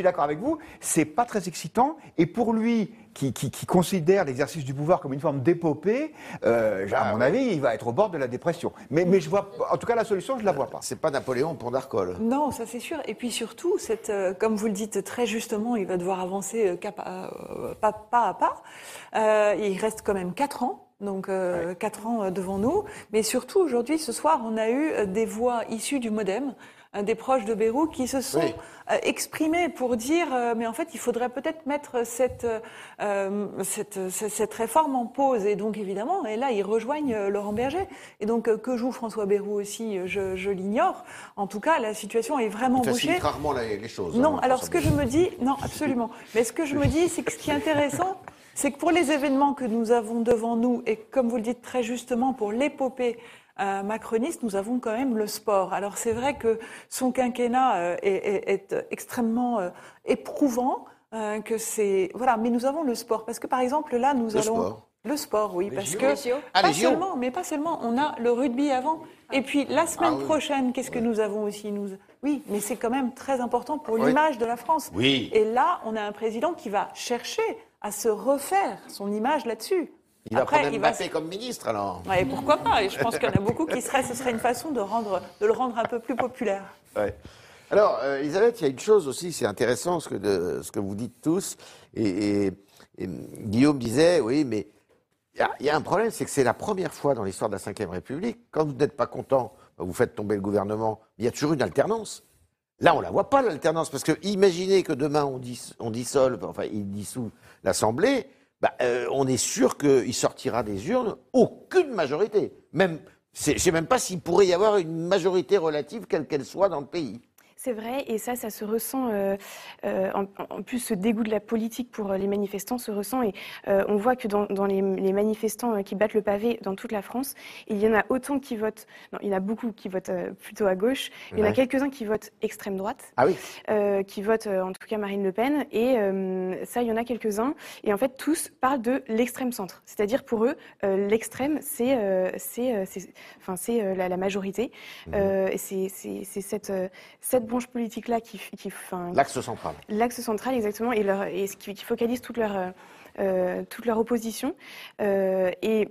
d'accord avec vous, c'est pas très excitant. Et pour lui, qui, qui, qui considère l'exercice du pouvoir comme une forme d'épopée, euh, à mon avis, il va être au bord de la dépression. Mais, mais je vois, en tout cas, la solution, je la vois pas. C'est pas Napoléon Pont d'Arcole. Non, ça c'est sûr. Et puis surtout, cette, euh, comme vous le dites très justement, il va devoir avancer euh, cap, euh, pas, pas à pas. Euh, il reste quand même quatre ans. Donc euh, quatre ans euh, devant nous. Mais surtout, aujourd'hui, ce soir, on a eu euh, des voix issues du MoDem, euh, des proches de Bayrou, qui se sont Oui. euh, exprimés pour dire euh, mais en fait, il faudrait peut-être mettre cette, euh, cette, cette, cette réforme en pause. Et donc, évidemment, et là, ils rejoignent euh, Laurent Berger. Et donc, euh, que joue François Bayrou aussi, je, je l'ignore. En tout cas, la situation est vraiment Il facilite bouchée. rarement les, les choses. Non, hein, alors François ce que je Bayrou. me dis, non, absolument. Mais ce que je me dis, c'est que ce qui est intéressant, c'est que pour les événements que nous avons devant nous, et comme vous le dites très justement, pour l'épopée euh, macroniste, nous avons quand même le sport. Alors c'est vrai que son quinquennat euh, est, est, est extrêmement euh, éprouvant, euh, que c'est voilà. Mais nous avons le sport parce que par exemple là, nous Le allons sport. le sport, oui, parce J O. que Les J O. Ah, pas les J O. seulement, mais pas seulement. On a le rugby avant. Et puis la semaine Ah oui. prochaine, qu'est-ce que nous avons aussi nous Oui, mais c'est quand même très important pour Oui. l'image de la France. Oui. Et là, on a un président qui va chercher à se refaire son image là-dessus. Il va Après, prendre il va Mbappé comme ministre, alors. Ouais, pourquoi pas. Et je pense qu'il y en a beaucoup qui seraient. Ce serait une façon de rendre, de le rendre un peu plus populaire. Ouais. Alors, euh, Elisabeth, il y a une chose aussi, c'est intéressant ce que, de, ce que vous dites tous. Et, et, et Guillaume disait, oui, mais il y a, il y a un problème, c'est que c'est la première fois dans l'histoire de la Ve République, quand vous n'êtes pas content, vous faites tomber le gouvernement, il y a toujours une alternance. Là, on la voit pas, l'alternance, parce que imaginez que demain, on, dis, on dissole, enfin, il dissout l'Assemblée, bah, euh, on est sûr qu'il sortira des urnes aucune majorité. Même, je ne sais même pas s'il pourrait y avoir une majorité relative, quelle qu'elle soit, dans le pays. C'est vrai, et ça, ça se ressent, euh, euh, en, en plus ce dégoût de la politique pour les manifestants se ressent, et euh, on voit que dans, dans les, les manifestants qui battent le pavé dans toute la France, il y en a autant qui votent, non, il y en a beaucoup qui votent euh, plutôt à gauche, il y en a Ouais. quelques-uns qui votent extrême droite, Ah oui. euh, qui votent euh, en tout cas Marine Le Pen, et euh, ça, il y en a quelques-uns, et en fait, tous parlent de l'extrême centre, c'est-à-dire pour eux, euh, l'extrême, c'est euh, c'est euh, c'est- enfin, c'est euh, la, la majorité, Mhm. euh, et c'est c'est- c'est cette, euh, cette branche politique-là qui, qui, enfin, L'axe central. l'axe central exactement, et, leur, et ce qui, qui focalise toute leur, euh, euh, toute leur opposition. Euh, et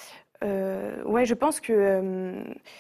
euh, ouais, je pense que euh,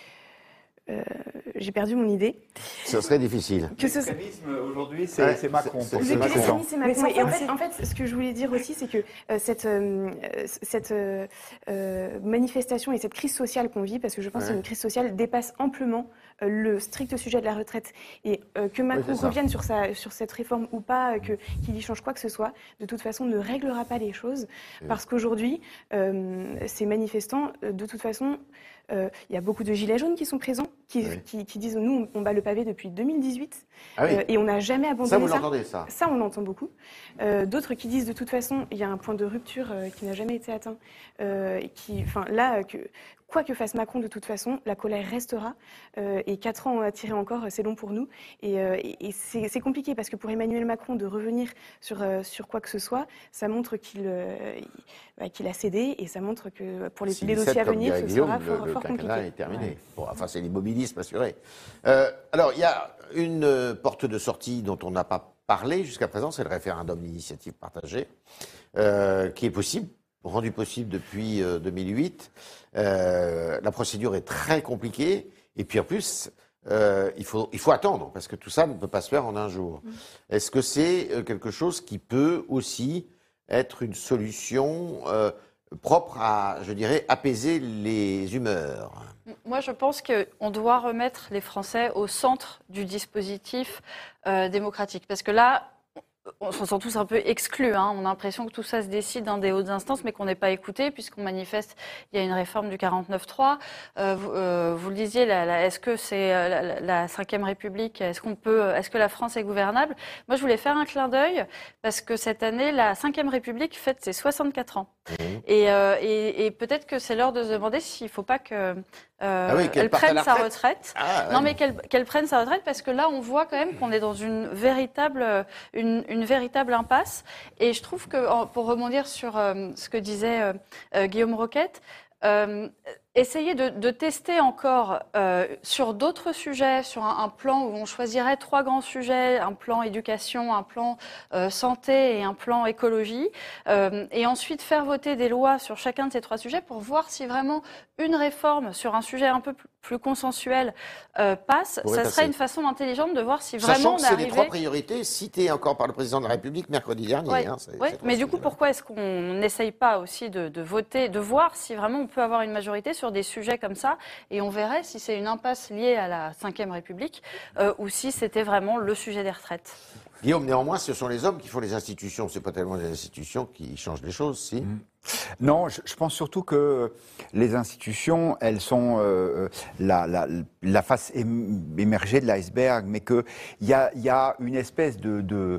euh, j'ai perdu mon idée. Ce serait difficile. Que ce, L'extrémisme aujourd'hui, c'est Ouais, c'est Macron. c'est- pour c'est ceux qui Macron. sont- c'est Mais Macron. sans Et en penser. fait, en fait, ce que je voulais dire aussi, c'est que euh, cette, euh, cette euh, euh, manifestation et cette crise sociale qu'on vit, parce que je pense Ouais. que une crise sociale dépasse amplement euh, le strict sujet de la retraite, et euh, que Macron c'est ça. revienne sur, sa, sur cette réforme ou pas, euh, que, qu'il y change quoi que ce soit, de toute façon ne réglera pas les choses, parce qu'aujourd'hui, euh, ces manifestants, euh, de toute façon, euh, il y a beaucoup de gilets jaunes qui sont présents, qui, Oui. qui, qui disent nous, on bat le pavé depuis deux mille dix-huit, Ah oui. euh, et on n'a jamais abandonné Ça, vous ça. l'entendez, ça. Ça, on l'entend beaucoup. Euh, D'autres qui disent de toute façon, il y a un point de rupture euh, qui n'a jamais été atteint. Euh, et qui, enfin, là, euh, que, quoi que fasse Macron, de toute façon, la colère restera. Euh, et quatre ans à tirer encore, c'est long pour nous. Et, euh, et, et c'est c'est compliqué parce que pour Emmanuel Macron de revenir sur, euh, sur quoi que ce soit, ça montre qu'il euh, il- bah, qu'il a cédé, et ça montre que pour les, S'il les dossiers cède, à comme venir, dirait ce Guillaume, sera le, fort, le fort quinquennat compliqué. est terminé. Bon, enfin, c'est l'immobilisme assuré. Euh, alors, il y a une euh, porte de sortie dont on n'a pas parlé jusqu'à présent, c'est le référendum d'initiative partagée, euh, qui est possible, rendu possible depuis euh, deux mille huit. Euh, la procédure est très compliquée, et puis en plus, euh, il faut, il faut attendre, parce que tout ça ne peut pas se faire en un jour. Est-ce que c'est euh, quelque chose qui peut aussi être une solution euh, propre à, je dirais, apaiser les humeurs? Moi, je pense qu'on doit remettre les Français au centre du dispositif euh, démocratique. Parce que là, on se sent tous un peu exclus. Hein. On a l'impression que tout ça se décide dans des hautes instances, mais qu'on n'est pas écouté, puisqu'on manifeste. Il y a une réforme du quarante-neuf trois. Euh, vous, euh, vous le disiez, la, la, est-ce que c'est euh, la, la, la Cinquième République? Est-ce qu'on peut, est-ce que la France est gouvernable? Moi, je voulais faire un clin d'œil, parce que cette année, la Cinquième République fête ses soixante-quatre ans. Mmh. Et, euh, et, et peut-être que c'est l'heure de se demander s'il ne faut pas que euh, Ah oui, qu'elle elle parte à prenne la sa retraite. retraite. Ah, Non, ouais. mais qu'elle qu'elle prenne sa retraite, parce que là, on voit quand même qu'on est dans une véritable, une, une véritable impasse. Et je trouve que, en- pour rebondir sur euh, ce que disait euh, euh, Guillaume Roquette, euh, essayer de, de tester encore euh, sur d'autres sujets, sur un, un plan où on choisirait trois grands sujets, un plan éducation, un plan euh, santé et un plan écologie, euh, et ensuite faire voter des lois sur chacun de ces trois sujets pour voir si vraiment une réforme sur un sujet un peu plus, plus consensuel euh, passe. Pourrait Ça passer. serait une façon intelligente de voir si vraiment Sachant on que est c'est arrivé... les trois priorités citées encore par le président de la République mercredi dernier. Ouais, hein, c'est- ouais. c'est Mais du aussi, coup, voilà. pourquoi est-ce qu'on n'essaye pas aussi de, de voter, de voir si vraiment on peut avoir une majorité sur des sujets comme ça, et on verrait si c'est une impasse liée à la cinquième République euh, ou si c'était vraiment le sujet des retraites. Guillaume, néanmoins, ce sont les hommes qui font les institutions. C'est pas tellement les institutions qui changent les choses, si. Mmh. Non, je, je pense surtout que les institutions, elles sont euh, la, la, la face ém- émergée de l'iceberg, mais qu'il y a, y a une espèce de... de,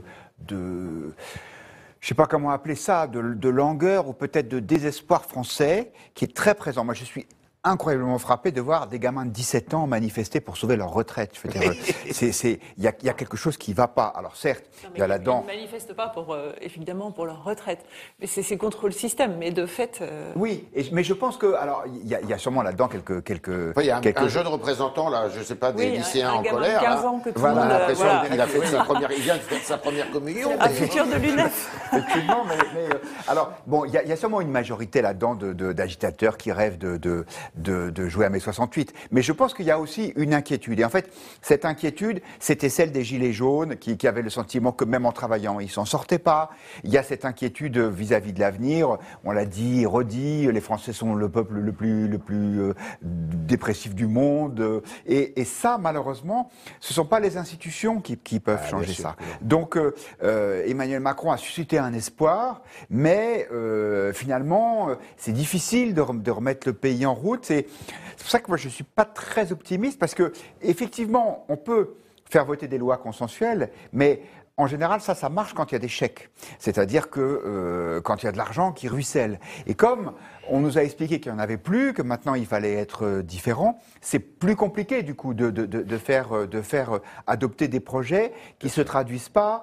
de je ne sais pas comment appeler ça, de, de langueur ou peut-être de désespoir français qui est très présent. Moi, je suis incroyablement frappé de voir des gamins de dix-sept ans manifester pour sauver leur retraite. Je veux dire, c'est, c'est, il y a, y a quelque chose qui ne va pas. Alors certes, il y a là-dedans... Ils ne manifestent pas, pour, euh, évidemment, pour leur retraite. Mais c'est, c'est contre le système. Mais de fait... euh, Oui, et, mais je pense que... Alors, il y, a- il y a sûrement là-dedans quelques... quelques, Enfin, il y a un, quelques un jeune représentant, là, je ne sais pas, des oui, lycéens un, un en gamin colère. de quinze là. ans que tout Voilà, le monde... on a euh, l'impression voilà. qu'il a fait sa première, il vient de faire sa première communion. Un mais- futur de l'U N E F. Effectivement, mais, mais, euh, alors bon, il y, a- il y a sûrement une majorité là-dedans de, de, d'agitateurs qui rêvent de, de, de, de jouer à mai soixante-huit. Mais je pense qu'il y a aussi une inquiétude. Et en fait, cette inquiétude, c'était celle des gilets jaunes qui, qui avaient le sentiment que même en travaillant, ils s'en sortaient pas. Il y a cette inquiétude vis-à-vis de l'avenir. On l'a dit, redit, les Français sont le peuple le plus, le plus euh, dépressif du monde. Et, et ça, malheureusement, ce sont pas les institutions qui, qui peuvent Ah, changer bien sûr ça. que non. Donc, euh, euh, Emmanuel Macron a suscité un espoir, mais euh, finalement, euh, c'est difficile de, rem- de remettre le pays en route. C'est, c'est pour ça que moi, je suis pas très optimiste, parce que effectivement, on peut faire voter des lois consensuelles, mais en général, ça, ça marche quand il y a des chèques. C'est-à-dire que euh, quand il y a de l'argent qui ruisselle. Et comme on nous a expliqué qu'il n'y en avait plus, que maintenant il fallait être euh, différent, c'est plus compliqué du coup de, de, de, de faire, euh, de faire euh, adopter des projets qui ne se traduisent pas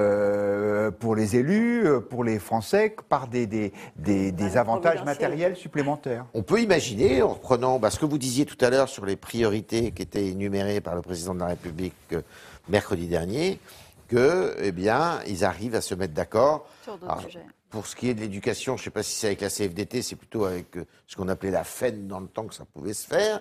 euh, pour les élus, euh, pour les Français, par des, des, des, des avantages providentiel. matériels supplémentaires. On peut imaginer, en reprenant bah, ce que vous disiez tout à l'heure sur les priorités qui étaient énumérées par le président de la République euh, mercredi dernier, que, eh bien, ils arrivent à se mettre d'accord. Sur d'autres Alors, sujets. Pour ce qui est de l'éducation, je ne sais pas si c'est avec la C F D T, c'est plutôt avec euh, ce qu'on appelait la F E N dans le temps que ça pouvait se faire.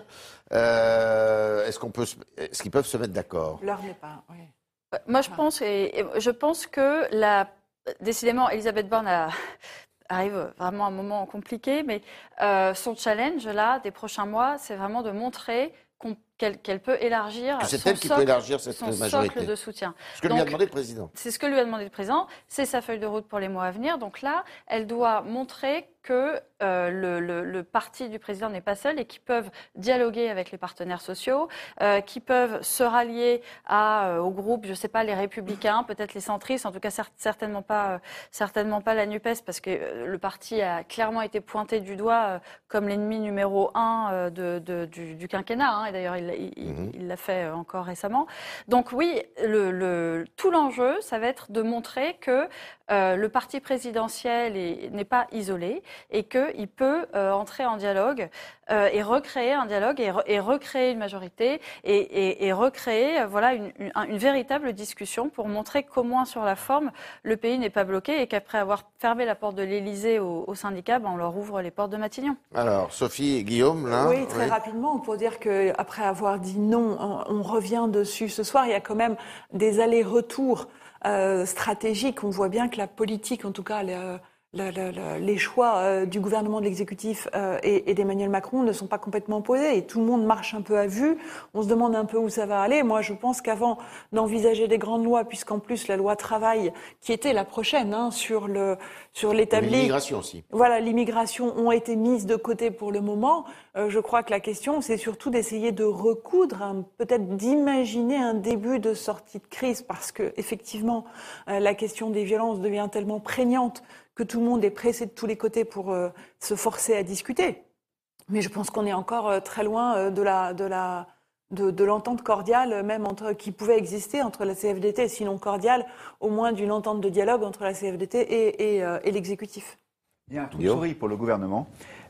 Euh, est-ce qu'on peut, se- est-ce qu'ils peuvent se mettre d'accord? L'heure n'est pas... oui. Moi, je pense, et, et je pense que la, décidément, Elisabeth Borne a, arrive vraiment à un moment compliqué, mais euh, son challenge là des prochains mois, c'est vraiment de montrer qu'on- qu'elle, qu'elle peut élargir Que c'est son elle qui peut socle, élargir cette son majorité. socle de soutien. Ce que lui a Donc, demandé le président. C'est ce que lui a demandé le président, c'est sa feuille de route pour les mois à venir. Donc là, elle doit montrer que euh, le, le, le parti du président n'est pas seul et qu'ils peuvent dialoguer avec les partenaires sociaux, euh, qui peuvent se rallier à, euh, au groupe, je ne sais pas, les Républicains, peut-être les centristes, en tout cas cer- certainement pas, euh, certainement pas la NUPES, parce que euh, le parti a clairement été pointé du doigt euh, comme l'ennemi numéro un euh, de, de, du, du quinquennat. Hein, et d'ailleurs, il, il, il- Mhm. il l'a fait euh, encore récemment. Donc oui, le, le, tout l'enjeu, ça va être de montrer que euh, le parti présidentiel est- n'est pas isolé et qu'il peut euh, entrer en dialogue euh, et recréer un dialogue et, re- et recréer une majorité et, et, et recréer euh, voilà, une, une, une véritable discussion pour montrer qu'au moins sur la forme, le pays n'est pas bloqué et qu'après avoir fermé la porte de l'Élysée aux, aux syndicats, ben, on leur ouvre les portes de Matignon. Alors, Sophie et Guillaume, là. Oui, très rapidement, pour dire qu'après avoir dit non, on, on revient dessus ce soir. Il y a quand même des allers-retours euh, stratégiques. On voit bien que la politique, en tout cas le, le, le, le, les choix euh, du gouvernement, de l'exécutif euh, et, et d'Emmanuel Macron ne sont pas complètement opposés. Et tout le monde marche un peu à vue. On se demande un peu où ça va aller. Moi, je pense qu'avant d'envisager des grandes lois, puisqu'en plus la loi travail, qui était la prochaine hein, sur le sur l'établi... L'immigration aussi. Voilà, l'immigration ont été mises de côté pour le moment. Euh, je crois que la question, c'est surtout d'essayer de recoudre, hein, peut-être d'imaginer un début de sortie de crise, parce que effectivement, euh, la question des violences devient tellement prégnante que tout le monde est pressé de tous les côtés pour euh, se forcer à discuter. Mais je pense qu'on est encore euh, très loin euh, de la de la de, de l'entente cordiale, même entre qui pouvait exister entre la C F D T, sinon cordiale, au moins d'une entente de dialogue entre la C F D T et, et, euh, et l'exécutif. Il y a un trou de Guillaume. souris pour le gouvernement.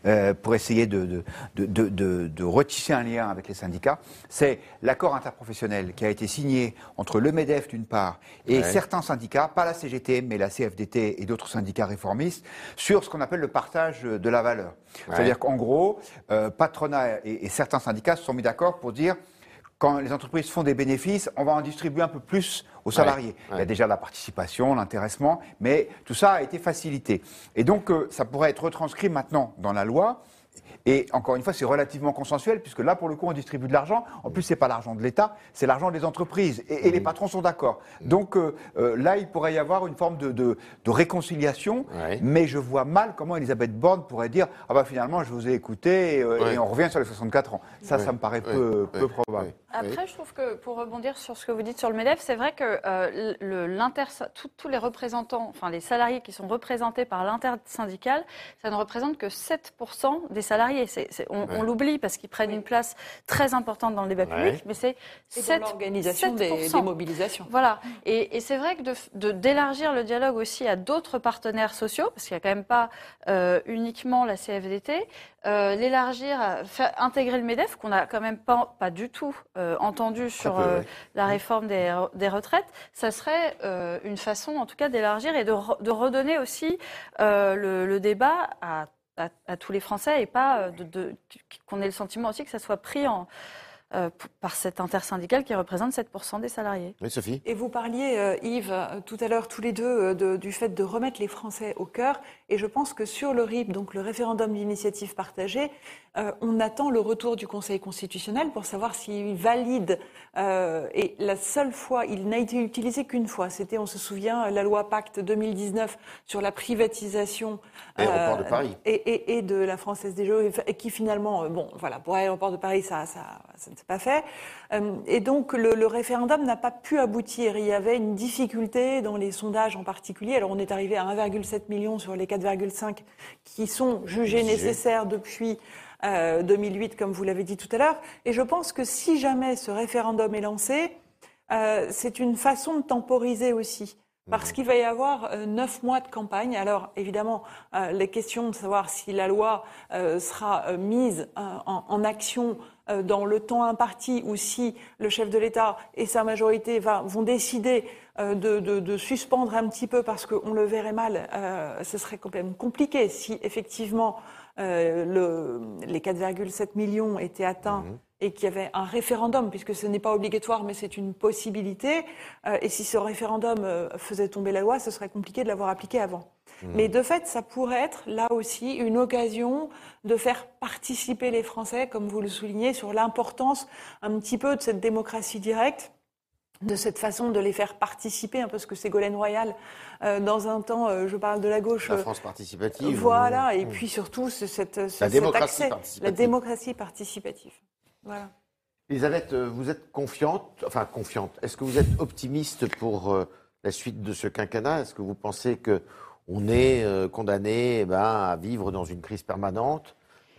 euh, pour essayer de, de, de, de, de, de retisser un lien avec les syndicats. C'est l'accord interprofessionnel qui a été signé entre le MEDEF d'une part et ouais. certains syndicats, pas la C G T, mais la C F D T et d'autres syndicats réformistes, sur ce qu'on appelle le partage de la valeur. Ouais. C'est-à-dire qu'en gros, euh, patronat et, et certains syndicats se sont mis d'accord pour dire quand les entreprises font des bénéfices, on va en distribuer un peu plus aux salariés. Ouais, ouais. Il y a déjà la participation, l'intéressement, mais tout ça a été facilité. Et donc, euh, ça pourrait être retranscrit maintenant dans la loi. Et encore une fois, c'est relativement consensuel, puisque là, pour le coup, on distribue de l'argent. En plus, c'est pas l'argent de l'État, c'est l'argent des entreprises. Et, et mmh. les patrons sont d'accord. Donc euh, euh, là, il pourrait y avoir une forme de, de, de réconciliation. Ouais. Mais je vois mal comment Elisabeth Borne pourrait dire « Ah bah finalement, je vous ai écooté et, ouais. et on revient sur les soixante-quatre ans ». Ça, ouais. ça me paraît ouais. peu, ouais. peu probable. Ouais. Après, je trouve que, pour rebondir sur ce que vous dites sur le MEDEF, c'est vrai que euh, le, l'inter, tous les représentants, enfin les salariés qui sont représentés par l'intersyndical, ça ne représente que sept pour cent des salariés. C'est, c'est, on, ouais. on l'oublie parce qu'ils prennent une place très importante dans le débat public, ouais. mais c'est sept pour cent. L'organisation des, des mobilisations. Voilà. Et, et c'est vrai que de, de, d'élargir le dialogue aussi à d'autres partenaires sociaux, parce qu'il n'y a quand même pas euh, uniquement la C F D T, euh, l'élargir, faire intégrer le MEDEF, qu'on n'a quand même pas, pas du tout euh, entendu sur peu, euh, ouais. la réforme des, des retraites, ça serait euh, une façon en tout cas d'élargir et de, de redonner aussi euh, le, le débat à À, à tous les Français et pas de, de, qu'on ait le sentiment aussi que ça soit pris en, euh, par cet intersyndical qui représente sept pour cent des salariés. Oui, Sophie. Et vous parliez, euh, Yves, euh, tout à l'heure, tous les deux, euh, de, du fait de remettre les Français au cœur. Et je pense que sur le R I P, donc le référendum d'initiative partagée, euh, on attend le retour du Conseil constitutionnel pour savoir s'il valide. Euh, et la seule fois, il n'a été utilisé qu'une fois. C'était, on se souvient, la loi Pacte deux mille dix-neuf sur la privatisation Aéroport euh, de Paris et, et, et de la Française des Jeux, et qui finalement, bon, voilà, pour l'aéroport de Paris, ça, ça, ça ne s'est pas fait. Euh, et donc le, le référendum n'a pas pu aboutir. Il y avait une difficulté dans les sondages en particulier. Alors on est arrivé à un virgule sept million sur les quatre virgule cinq qui sont jugés nécessaires depuis euh, deux mille huit, comme vous l'avez dit tout à l'heure. Et je pense que si jamais ce référendum est lancé, euh, c'est une façon de temporiser aussi. Parce qu'il va y avoir euh, neuf mois de campagne. Alors, évidemment, euh, les questions de savoir si la loi euh, sera euh, mise euh, en, en action euh, dans le temps imparti ou si le chef de l'État et sa majorité va, vont décider euh, de, de, de suspendre un petit peu parce qu'on le verrait mal, euh, ce serait complètement compliqué si effectivement euh, le, les quatre virgule sept millions étaient atteints. Mmh. Et qu'il y avait un référendum, puisque ce n'est pas obligatoire, mais c'est une possibilité. Euh, et si ce référendum euh, faisait tomber la loi, ce serait compliqué de l'avoir appliqué avant. Mmh. Mais de fait, ça pourrait être, là aussi, une occasion de faire participer les Français, comme vous le soulignez, sur l'importance un petit peu de cette démocratie directe, de cette façon de les faire participer, un peu ce que Ségolène Royal, euh, dans un temps, euh, je parle de la gauche... La France participative. Voilà, ou... et puis surtout, ce, cette, la cet démocratie accès, participative. la démocratie participative. Voilà. Elisabeth, vous êtes confiante, enfin confiante, est-ce que vous êtes optimiste pour euh, la suite de ce quinquennat ? Est-ce que vous pensez qu'on est euh, condamné eh ben, à vivre dans une crise permanente ?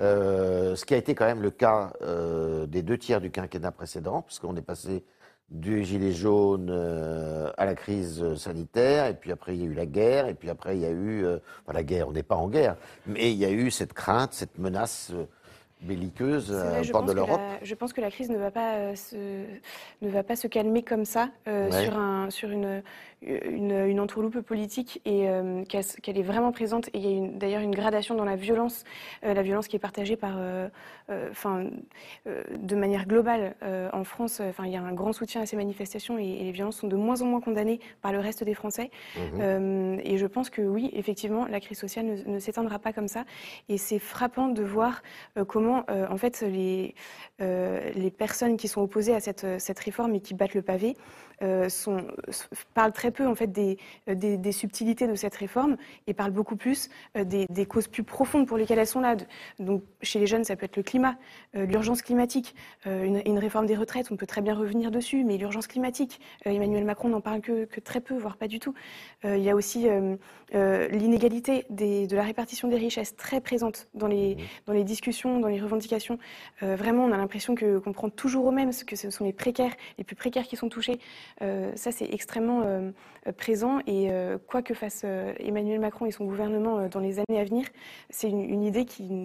euh, Ce qui a été quand même le cas euh, des deux tiers du quinquennat précédent, puisqu'on est passé du gilet jaune euh, à la crise sanitaire, et puis après il y a eu la guerre, et puis après il y a eu... Euh, enfin la guerre, on n'est pas en guerre, mais il y a eu cette crainte, cette menace... Euh, belliqueuse vrai, au port de l'Europe. La, je pense que la crise ne va pas euh, se, ne va pas se calmer comme ça euh, ouais. sur, un, sur une, une, une entourloupe politique et euh, qu'elle, qu'elle est vraiment présente. Et il y a une, d'ailleurs une gradation dans la violence, euh, la violence qui est partagée par, euh, euh, enfin, euh, de manière globale euh, en France. Enfin, il y a un grand soutien à ces manifestations et, et les violences sont de moins en moins condamnées par le reste des Français. Mmh. Euh, et je pense que oui, effectivement, la crise sociale ne, ne s'éteindra pas comme ça. Et c'est frappant de voir euh, comment Euh, en fait, les, euh, les personnes qui sont opposées à cette, cette réforme et qui battent le pavé euh, sont, parlent très peu en fait, des, des, des subtilités de cette réforme et parlent beaucoup plus euh, des, des causes plus profondes pour lesquelles elles sont là. Donc, chez les jeunes, ça peut être le climat, euh, l'urgence climatique, euh, une, une réforme des retraites, on peut très bien revenir dessus, mais l'urgence climatique, euh, Emmanuel Macron n'en parle que, que très peu, voire pas du tout. Euh, il y a aussi euh, euh, l'inégalité des, de la répartition des richesses très présente dans les, dans les discussions, dans les revendications. Euh, vraiment, on a l'impression que, qu'on prend toujours au même, que ce sont les précaires, les plus précaires qui sont touchés. Euh, ça, c'est extrêmement euh, présent et euh, quoi que fasse euh, Emmanuel Macron et son gouvernement euh, dans les années à venir, c'est une, une idée qui,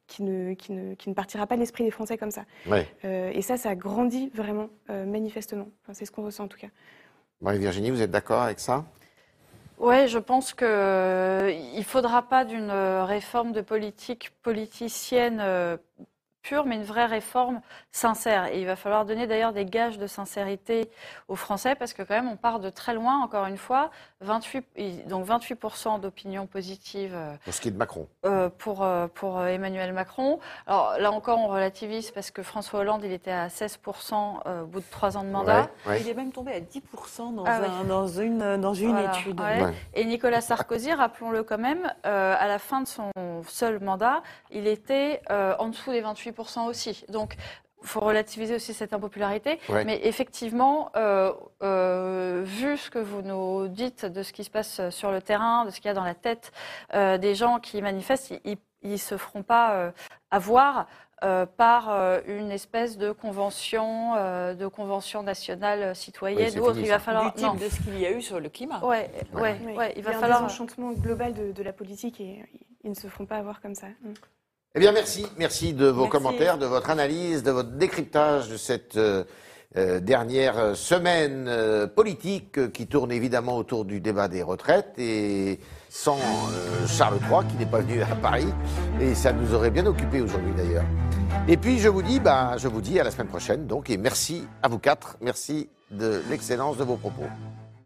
qui, ne, qui, ne, qui ne partira pas de l'esprit des Français comme ça. Ouais. Euh, et ça, ça grandit vraiment, euh, manifestement. Enfin, c'est ce qu'on ressent en tout cas. Marie-Virginie, vous êtes d'accord avec ça? Oui, je pense qu'il ne faudra pas d'une réforme de politique politicienne euh, pure, mais une vraie réforme sincère. Et il va falloir donner d'ailleurs des gages de sincérité aux Français, parce que quand même, on part de très loin, encore une fois. vingt-huit, donc vingt-huit pour cent d'opinion positive euh, Pour ce qui est de Macron. euh, pour, euh, pour Emmanuel Macron. Alors là encore, on relativise, parce que François Hollande, il était à seize pour cent euh, au bout de trois ans de mandat. Ouais, ouais. Il est même tombé à dix pour cent dans, Ah un- dans une, dans une Voilà, étude. ouais. Ouais. Et Nicolas Sarkozy, rappelons-le quand même, euh, à la fin de son seul mandat, il était euh, en dessous des vingt-huit pour cent aussi. Donc, il faut relativiser aussi cette impopularité. Ouais. Mais effectivement, euh, euh, vu ce que vous nous dites de ce qui se passe sur le terrain, de ce qu'il y a dans la tête euh, des gens qui manifestent, ils ne se feront pas euh, avoir euh, par euh, une espèce de convention, euh, de convention nationale citoyenne Oui, c'est ou autre. fini, Il va ça. falloir... Du non. type de ce qu'il y a eu sur le climat. Ouais, ouais, Oui. ouais, il va y a un falloir... désenchantement global de, de la politique et ils ne se feront pas avoir comme ça. Mm. Eh bien, merci. Merci de vos Merci. commentaires, de votre analyse, de votre décryptage de cette euh, euh, dernière semaine euh, politique euh, qui tourne évidemment autour du débat des retraites et sans euh, Charles trois qui n'est pas venu à Paris et ça nous aurait bien occupé aujourd'hui d'ailleurs. Et puis je vous dis, bah, je vous dis à la semaine prochaine donc et merci à vous quatre, merci de l'excellence de vos propos.